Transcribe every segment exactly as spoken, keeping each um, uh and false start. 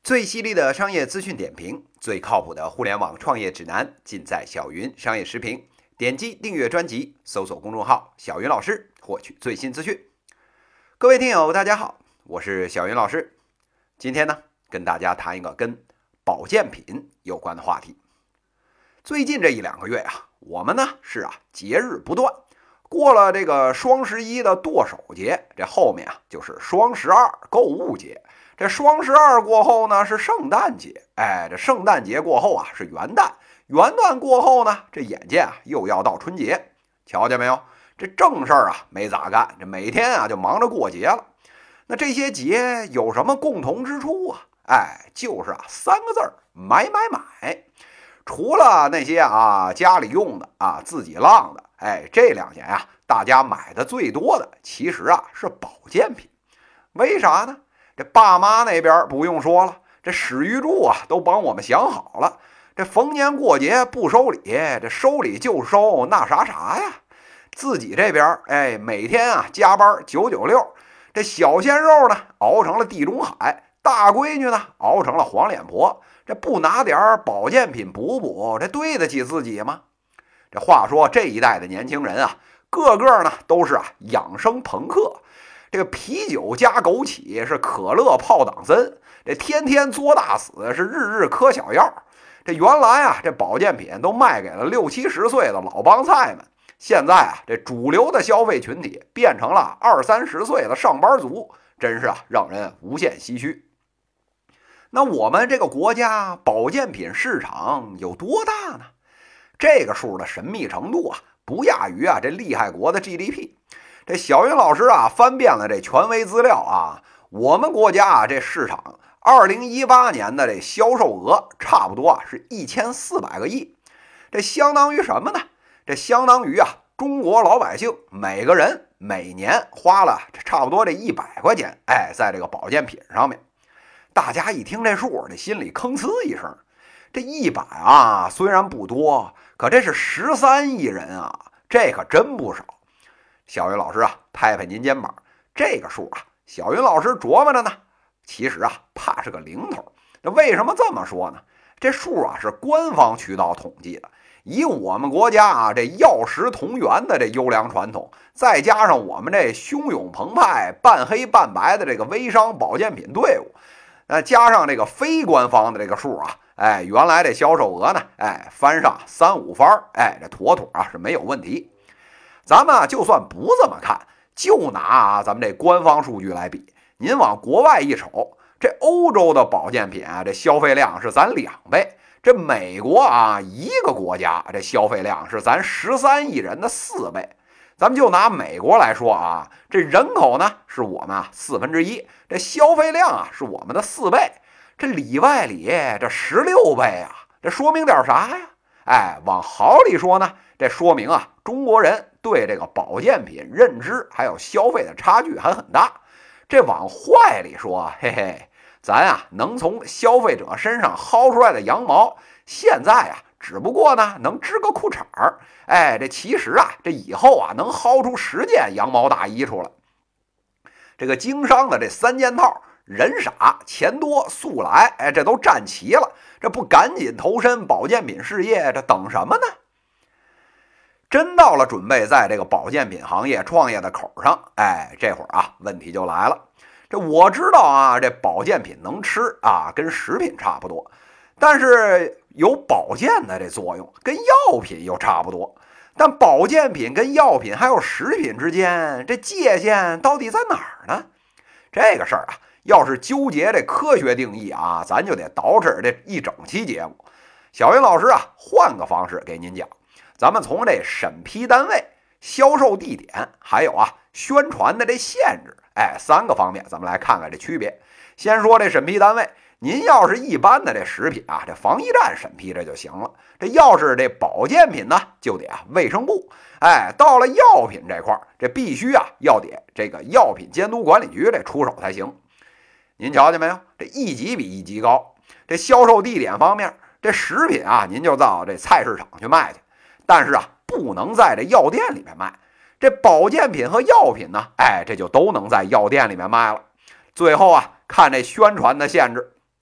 最犀利的商业资讯点评，最靠谱的互联网创业指南，尽在小云商业时评。点击订阅专辑，搜索公众号小云老师，获取最新资讯。各位听友大家好，我是小云老师。今天呢，跟大家谈一个跟保健品有关的话题。最近这一两个月啊，我们呢是啊节日不断，过了这个双十一的剁手节，这后面啊就是双十二购物节。这双十二过后呢是圣诞节，哎，这圣诞节过后啊是元旦，元旦过后呢，这眼见啊又要到春节。瞧见没有？这正事儿啊没咋干，这每天啊就忙着过节了。那这些节有什么共同之处啊？哎，就是啊三个字儿：买买买。除了那些啊家里用的啊自己浪的，哎，这两年啊大家买的最多的其实啊是保健品。为啥呢？这爸妈那边不用说了，这史玉柱啊都帮我们想好了，这逢年过节不收礼，这收礼就收那啥啥呀。自己这边哎每天啊加班九九六，这小鲜肉呢熬成了地中海，大闺女呢熬成了黄脸婆，这不拿点保健品补补，这对得起自己吗？这话说这一代的年轻人啊，个个呢都是啊养生朋克。这个啤酒加枸杞是可乐泡党参，这天天作大死是日日嗑小药。这原来啊，这保健品都卖给了六七十岁的老帮菜们，现在啊，这主流的消费群体变成了二三十岁的上班族，真是啊，让人无限唏嘘。那我们这个国家保健品市场有多大呢？这个数的神秘程度啊，不亚于啊这厉害国的 G D P。这小云老师啊，翻遍了这权威资料啊，我们国家啊这市场二零一八年的这销售额差不多啊是一千四百个亿，这相当于什么呢？这相当于啊中国老百姓每个人每年花了差不多这一百块钱，哎，在这个保健品上面。大家一听这数，这心里吭哧一声，这一百啊虽然不多，可这是十三亿人啊，这可真不少。小云老师啊，拍拍您肩膀，这个数啊，小云老师琢磨着呢，其实啊，怕是个零头。那为什么这么说呢？这数啊是官方渠道统计的，以我们国家啊这药食同源的这优良传统，再加上我们这汹涌澎湃、半黑半白的这个微商保健品队伍，呃，加上这个非官方的这个数啊，哎，原来这销售额呢，哎，翻上三五番，哎，这妥妥啊是没有问题。咱们啊，就算不这么看，就拿啊咱们这官方数据来比，您往国外一瞅，这欧洲的保健品啊，这消费量是咱两倍；这美国啊，一个国家这消费量是咱十三亿人的四倍。咱们就拿美国来说啊，这人口呢是我们啊四分之一，这消费量啊是我们的四倍，这里外里这十六倍啊，这说明点啥呀？哎，往好里说呢，这说明啊，中国人对这个保健品认知还有消费的差距还很大。这往坏里说，嘿嘿，咱啊能从消费者身上薅出来的羊毛，现在啊只不过呢能织个裤衩儿，哎，这其实啊这以后啊能薅出十件羊毛大衣出来。这个经商的这三件套，人傻钱多速来，哎，这都占齐了，这不赶紧投身保健品事业，这等什么呢？真到了准备在这个保健品行业创业的口上，哎，这会儿啊问题就来了。这我知道啊，这保健品能吃啊，跟食品差不多，但是有保健的这作用，跟药品又差不多。但保健品跟药品还有食品之间，这界限到底在哪儿呢？这个事儿啊，要是纠结这科学定义啊，咱就得捯饬这一整期节目。小云老师啊，换个方式给您讲，咱们从这审批单位、销售地点，还有啊宣传的这限制，哎，三个方面咱们来看看这区别。先说这审批单位，您要是一般的这食品啊，这防疫站审批这就行了。这要是这保健品呢，就得啊卫生部。哎，到了药品这块，这必须啊要得这个药品监督管理局这出手才行。您瞧见没有？这一级比一级高。这销售地点方面，这食品啊，您就到这菜市场去卖去，但是啊，不能在这药店里面卖。这保健品和药品呢，哎，这就都能在药店里面卖了。最后啊，看这宣传的限制。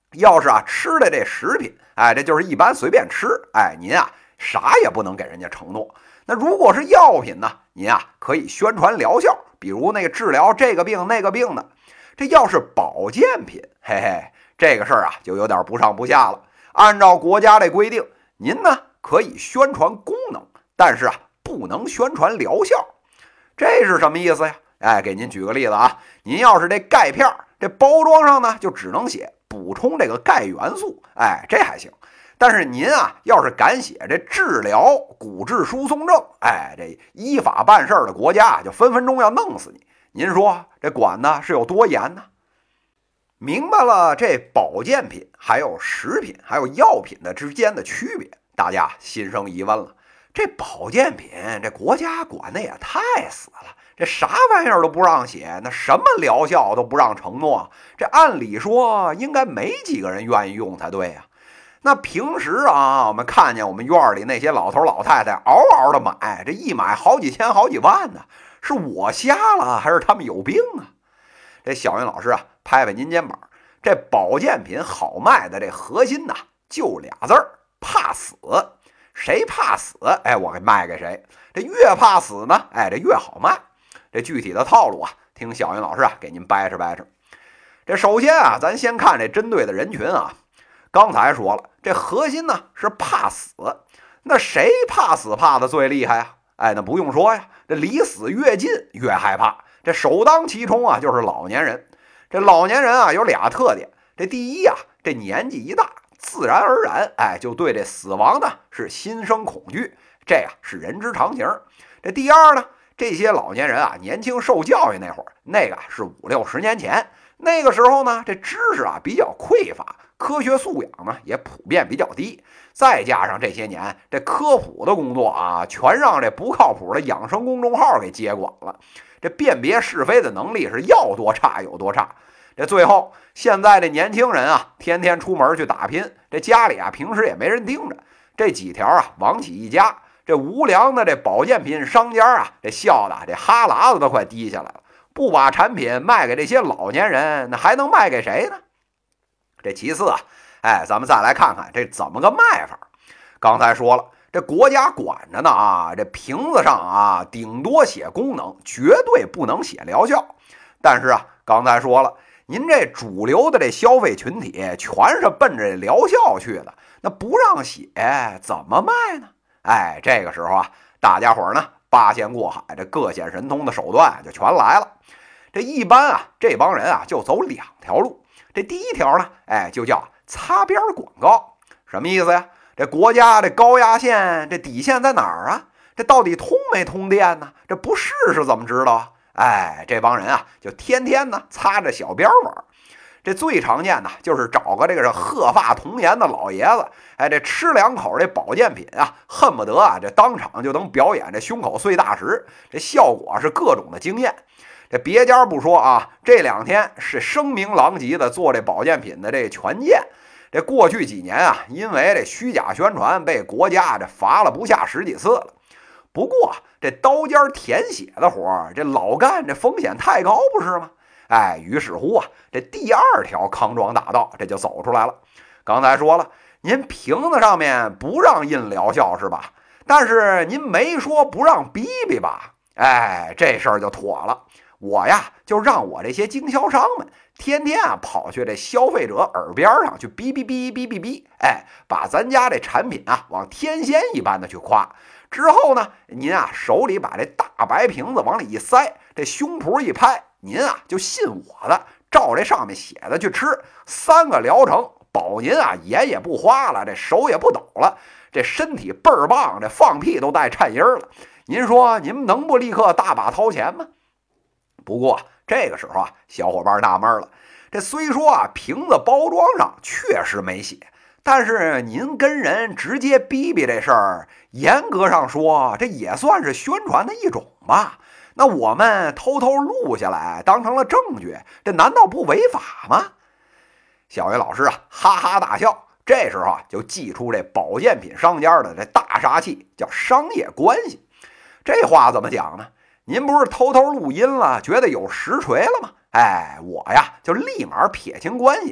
要是啊吃的这食品，哎，这就是一般随便吃，哎，您啊啥也不能给人家承诺。那如果是药品呢，您啊可以宣传疗效，比如那个治疗这个病那个病的。这要是保健品，嘿嘿，这个事儿啊就有点不上不下了。按照国家的规定，您呢可以宣传功能，但是啊不能宣传疗效。这是什么意思呀？哎，给您举个例子啊，您要是这钙片，这包装上呢就只能写补充这个钙元素，哎，这还行。但是您啊，要是敢写这治疗骨质疏松症，哎，这依法办事的国家就分分钟要弄死你。您说这管的是有多严呢？明白了这保健品、还有食品、还有药品的之间的区别，大家心生疑问了。这保健品，这国家管的也太死了。这啥玩意儿都不让写，那什么疗效都不让承诺，这按理说应该没几个人愿意用才对呀。那平时啊，我们看见我们院里那些老头老太太嗷嗷的买，这一买好几千好几万呢，是我瞎了还是他们有病啊？这小云老师啊，拍拍您肩膀，这保健品好卖的这核心呐，就俩字儿：怕死。谁怕死，哎，我给卖给谁。这越怕死呢，哎，这越好卖。这具体的套路啊，听小云老师啊给您掰扯掰扯。这首先啊，咱先看这针对的人群啊。刚才说了，这核心呢是怕死。那谁怕死怕的最厉害啊？哎，那不用说呀，这离死越近越害怕。这首当其冲啊，就是老年人。这老年人啊有俩特点。这第一啊，这年纪一大，自然而然，哎，就对这死亡呢是心生恐惧，这呀是人之常情。这第二呢，这些老年人啊，年轻受教育那会儿，那个是五六十年前，那个时候呢，这知识啊比较匮乏，科学素养呢也普遍比较低，再加上这些年这科普的工作啊，全让这不靠谱的养生公众号给接管了，这辨别是非的能力是要多差有多差。这最后，现在的年轻人啊，天天出门去打拼，这家里啊平时也没人盯着，这几条啊王起一家，这无良的这保健品商家啊，这笑的这哈喇子都快滴下来了。不把产品卖给这些老年人，那还能卖给谁呢？这其次啊，哎，咱们再来看看这怎么个卖法。刚才说了，这国家管着呢啊，这瓶子上啊顶多写功能，绝对不能写疗效。但是啊，刚才说了，您这主流的这消费群体全是奔着疗效去的，那不让写怎么卖呢？哎，这个时候啊，大家伙呢八仙过海，这各显神通的手段就全来了。这一般啊，这帮人啊就走两条路。这第一条呢，哎，就叫擦边广告。什么意思呀？这国家这高压线这底线在哪儿啊？这到底通没通电呢？这不试试怎么知道啊？哎，这帮人啊，就天天呢擦着小边玩。这最常见的就是找个这个是鹤发童颜的老爷子，哎，这吃两口这保健品啊，恨不得啊这当场就能表演这胸口碎大石，这效果是各种的惊艳。这别家不说啊，这两天是声名狼藉的做这保健品的这权健。这过去几年啊，因为这虚假宣传被国家这罚了不下十几次了。不过这刀尖舔血的活，这老干这风险太高，不是吗？哎，于是乎啊，这第二条康庄大道这就走出来了。刚才说了，您瓶子上面不让印疗效是吧？但是您没说不让逼逼吧？哎，这事儿就妥了。我呀，就让我这些经销商们天天啊跑去这消费者耳边上去哔哔哔哔哔哔，哎，把咱家这产品啊往天仙一般的去夸。之后呢，您啊手里把这大白瓶子往里一塞，这胸脯一拍，您啊就信我的，照这上面写的去吃，三个疗程，保您啊眼也不花了，这手也不抖了，这身体倍儿棒，这放屁都带颤音了。您说您能不立刻大把掏钱吗？不过这个时候啊，小伙伴纳闷了，这虽说啊瓶子包装上确实没写，但是您跟人直接逼逼这事儿，严格上说这也算是宣传的一种吧。那我们偷偷录下来当成了证据，这难道不违法吗？小云老师啊哈哈大笑，这时候啊就祭出这保健品商家的这大杀器，叫商业关系。这话怎么讲呢？您不是偷偷录音了，觉得有实锤了吗？哎，我呀就立马撇清关系，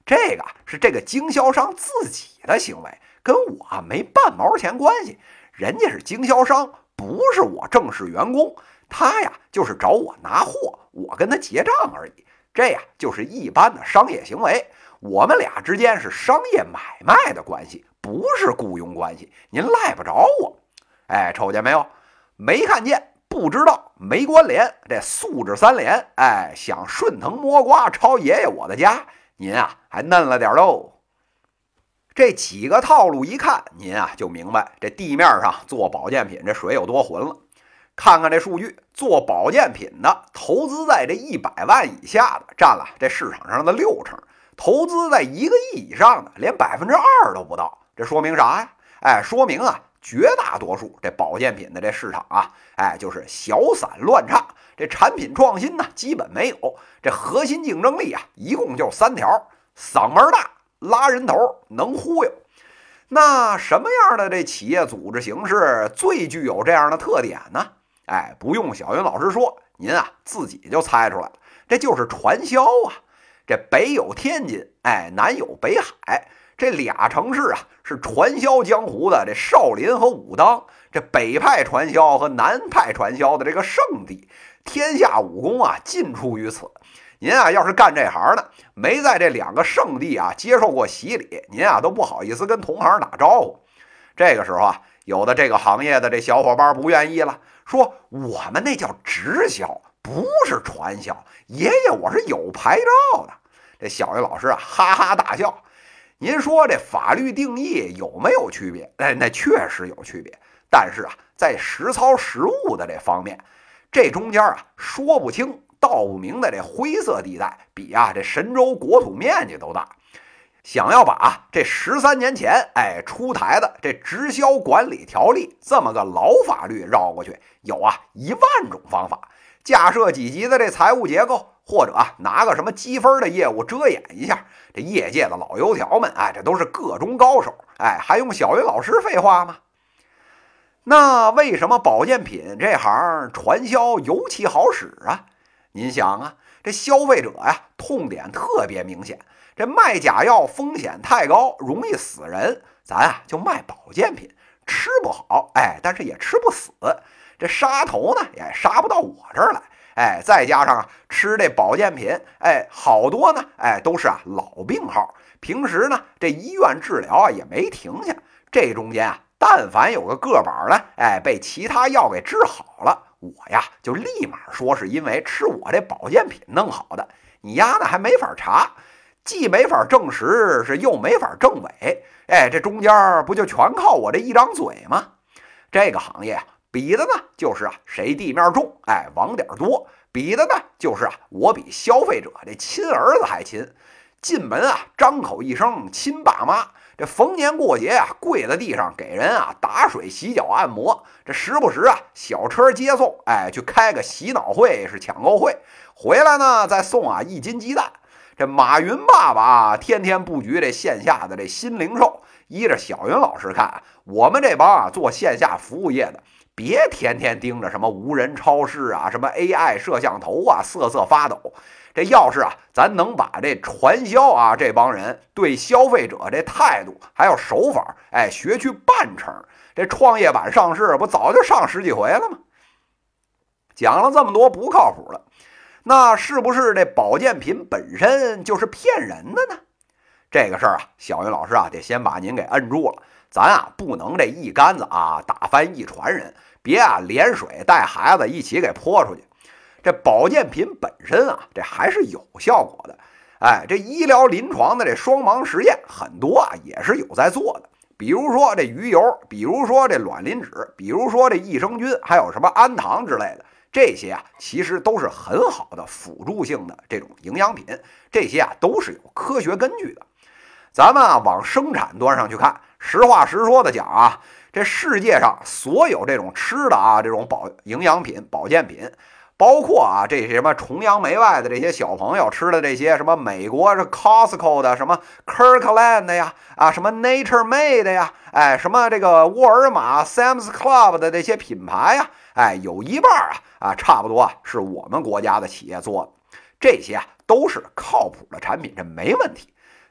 这个是这个经销商自己的行为，跟我没半毛钱关系。人家是经销商，不是我正式员工，他呀就是找我拿货，我跟他结账而已。这呀就是一般的商业行为，我们俩之间是商业买卖的关系，不是雇佣关系，您赖不着我。哎，瞅见没有？没看见，不知道，没关联，这素质三连。哎，想顺藤摸瓜抄爷爷我的家，您啊还嫩了点喽。这几个套路一看，您啊就明白这地面上做保健品这水有多浑了。看看这数据，做保健品的投资在这一百万以下的占了这市场上的六成，投资在一个亿以上的连百分之二都不到。这说明啥呀？哎，说明啊，绝大多数这保健品的这市场啊，哎，就是小散乱差，这产品创新呢基本没有，这核心竞争力啊一共就三条：嗓门大、拉人头、能忽悠。那什么样的这企业组织形式最具有这样的特点呢？哎，不用小云老师说，您啊自己就猜出来了，这就是传销啊。这北有天津，哎，南有北海，这俩城市啊是传销江湖的这少林和武当，这北派传销和南派传销的这个圣地，天下武功啊尽出于此。您啊要是干这行的，没在这两个圣地啊接受过洗礼，您啊都不好意思跟同行打招呼。这个时候啊，有的这个行业的这小伙伴不愿意了，说我们那叫直销，不是传销，爷爷我是有牌照的。这小云老师啊哈哈大笑，您说这法律定义有没有区别？哎，那确实有区别，但是啊在实操实务的这方面，这中间啊说不清道不明的这灰色地带比啊这神州国土面积都大。想要把这十三年前哎出台的这直销管理条例这么个老法律绕过去，有啊一万种方法。架设几级的这财务结构，或者啊拿个什么积分的业务遮掩一下。这业界的老油条们，哎，这都是个中高手，哎，还用小云老师废话吗？那为什么保健品这行传销尤其好使啊？您想啊，这消费者呀痛点特别明显，这卖假药风险太高，容易死人，咱啊就卖保健品，吃不好，哎，但是也吃不死。这杀头呢也杀不到我这儿来，哎，再加上啊吃这保健品，哎，好多呢，哎，都是啊老病号，平时呢这医院治疗啊也没停下，这中间啊但凡有个个板呢，哎，被其他药给治好了，我呀就立马说是因为吃我这保健品弄好的，你丫呢还没法查，既没法证实，是又没法证伪，哎，这中间不就全靠我这一张嘴吗？这个行业啊比的呢就是啊谁地面重，哎，网点多，比的呢就是啊我比消费者这亲儿子还亲，进门啊张口一声亲爸妈，这逢年过节啊跪在地上给人啊打水洗脚按摩，这时不时啊小车接送，哎，去开个洗脑会是抢购会，回来呢再送啊一斤鸡蛋。这马云爸爸啊天天布局这线下的这新零售，依着小云老师看，我们这帮啊做线下服务业的，别天天盯着什么无人超市啊，什么 A I 摄像头啊，瑟瑟发抖。这要是啊，咱能把这传销啊这帮人对消费者这态度还有手法，哎，学去半成，这创业板上市不早就上十几回了吗？讲了这么多不靠谱了，那是不是这保健品本身就是骗人的呢？这个事儿啊，小云老师啊得先把您给摁住了，咱啊不能这一竿子啊打翻一船人，别啊连水带孩子一起给泼出去。这保健品本身啊，这还是有效果的。哎，这医疗临床的这双盲实验很多啊，也是有在做的。比如说这鱼油，比如说这卵磷脂，比如说这益生菌，还有什么氨糖之类的，这些啊其实都是很好的辅助性的这种营养品，这些啊都是有科学根据的。咱们啊往生产端上去看，实话实说的讲啊，这世界上所有这种吃的啊这种保营养品、保健品，包括啊这些什么崇洋媚外的这些小朋友吃的这些什么美国是 Costco 的什么 Kirkland 的呀，啊什么 Nature Made 的呀，哎什么这个沃尔玛 Sam's Club 的这些品牌呀，哎有一半啊啊差不多啊是我们国家的企业做的，这些啊都是靠谱的产品，这没问题。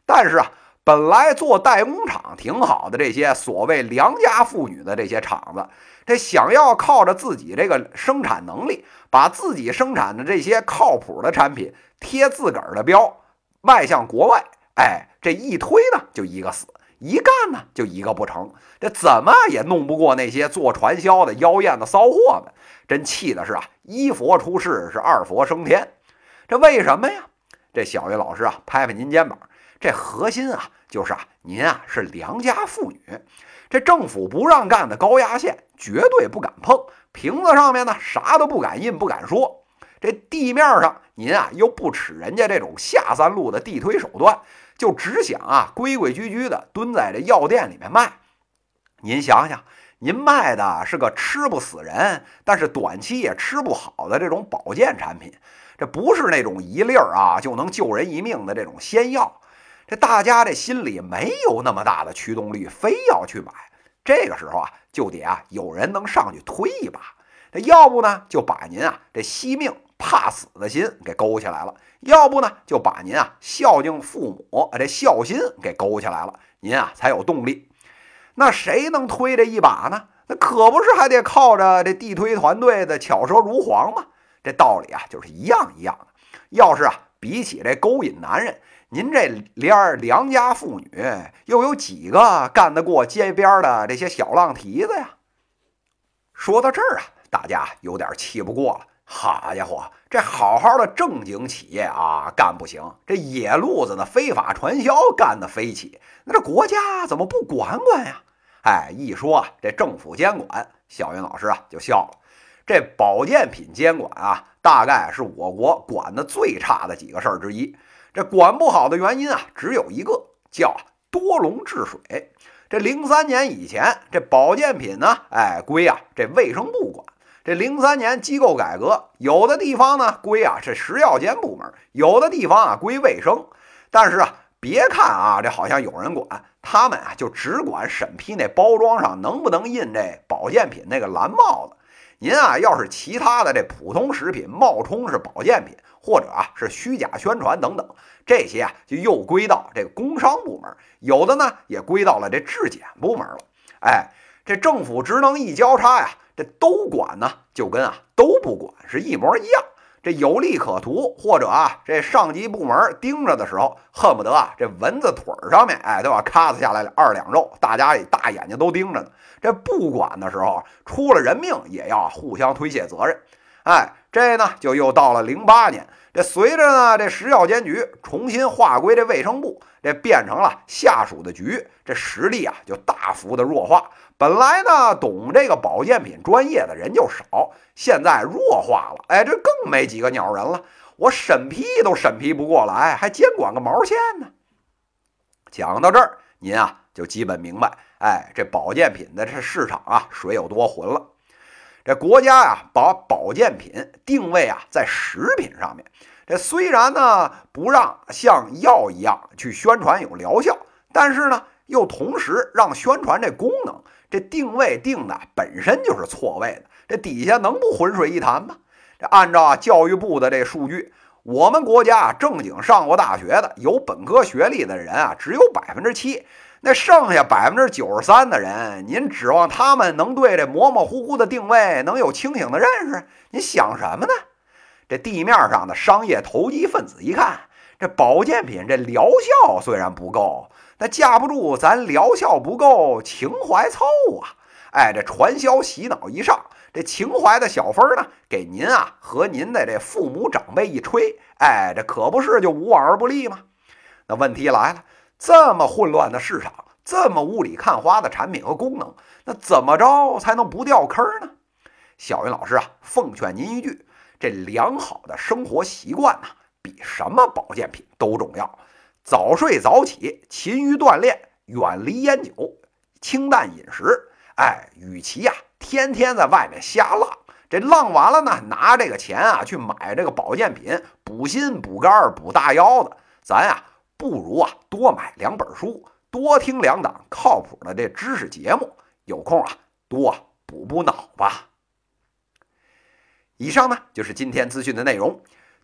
但是啊，本来做代工厂挺好的这些所谓良家妇女的这些厂子，这想要靠着自己这个生产能力，把自己生产的这些靠谱的产品贴自个儿的标，卖向国外，哎，这一推呢就一个死，一干呢就一个不成，这怎么也弄不过那些做传销的妖艳的骚货们，真气的是啊，一佛出世是二佛升天。这为什么呀？这小云老师啊，拍拍您肩膀，这核心啊就是啊，您啊是良家妇女，这政府不让干的高压线绝对不敢碰，瓶子上面呢啥都不敢印不敢说，这地面上您啊又不耻人家这种下三路的地推手段，就只想啊规规矩矩的蹲在这药店里面卖。您想想，您卖的是个吃不死人，但是短期也吃不好的这种保健产品，这不是那种一粒儿啊就能救人一命的这种仙药，这大家这心里没有那么大的驱动力，非要去买。这个时候啊，就得啊有人能上去推一把，这要不呢就把您啊这惜命怕死的心给勾起来了，要不呢就把您啊孝敬父母这孝心给勾起来了，您啊才有动力。那谁能推这一把呢？那可不是还得靠着这地推团队的巧舌如簧吗？这道理啊就是一样一样的。要是啊比起这勾引男人，您这连良家妇女又有几个干得过街边的这些小浪蹄子呀？说到这儿啊，大家有点气不过了。好家伙，这好好的正经企业啊干不行，这野路子的非法传销干得飞起，那这国家怎么不管管呀？哎，一说啊这政府监管，小云老师啊就笑了。这保健品监管啊，大概是我国管的最差的几个事儿之一。这管不好的原因啊，只有一个，叫多笼治水。这零三年以前，这保健品呢，哎归啊这卫生部管。这零三年机构改革，有的地方呢归啊这食药监部门，有的地方啊归卫生。但是啊，别看啊这好像有人管，他们啊就只管审批那包装上能不能印这保健品那个蓝帽子。您啊要是其他的这普通食品冒充是保健品，或者啊是虚假宣传等等，这些啊就又归到这个工商部门，有的呢也归到了这质检部门了。哎，这政府职能一交叉呀，这都管呢，就跟啊都不管是一模一样。这有利可图，或者啊这上级部门盯着的时候，恨不得啊这蚊子腿上面哎都要咔嚓下来二两肉，大家里大眼睛都盯着呢。这不管的时候，出了人命也要互相推卸责任。哎，这呢就又到了零八年，这随着呢这食药监局重新划归这卫生部，这变成了下属的局，这实力啊就大幅的弱化。本来呢懂这个保健品专业的人就少，现在弱化了，哎，这更没几个鸟人了。我审批都审批不过来，还监管个毛线呢？讲到这儿，您啊就基本明白，哎，这保健品的这市场啊水有多浑了。这国家呀、啊、把保健品定位啊在食品上面，这虽然呢不让像药一样去宣传有疗效，但是呢又同时让宣传这功能，这定位定的本身就是错位的，这底下能不浑水一谈吗？这按照啊教育部的这数据，我们国家啊正经上过大学的有本科学历的人啊只有百分之七，那剩下百分之九十三的人，您指望他们能对这模模糊糊的定位能有清醒的认识？您想什么呢？这地面上的商业投机分子一看，这保健品这疗效虽然不够，那架不住咱疗效不够，情怀凑啊！哎，这传销洗脑一上，这情怀的小分呢，给您啊和您的这父母长辈一吹，哎，这可不是就无往而不利吗？那问题来了，这么混乱的市场，这么雾里看花的产品和功能，那怎么着才能不掉坑呢？小云老师啊，奉劝您一句，这良好的生活习惯呢、啊，比什么保健品都重要。早睡早起，勤于锻炼，远离烟酒，清淡饮食。哎，与其呀、啊、天天在外面瞎浪，这浪完了呢，拿这个钱啊去买这个保健品，补心补肝补大腰的，咱呀、啊、不如啊多买两本书，多听两档靠谱的这知识节目，有空啊多补补脑吧。以上呢就是今天资讯的内容。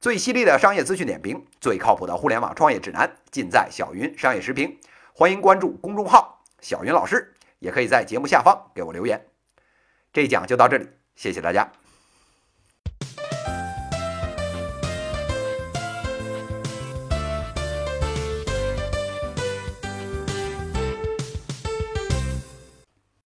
最犀利的商业资讯点评，最靠谱的互联网创业指南，尽在小云商业时评。欢迎关注公众号小云老师，也可以在节目下方给我留言。这一讲就到这里，谢谢大家。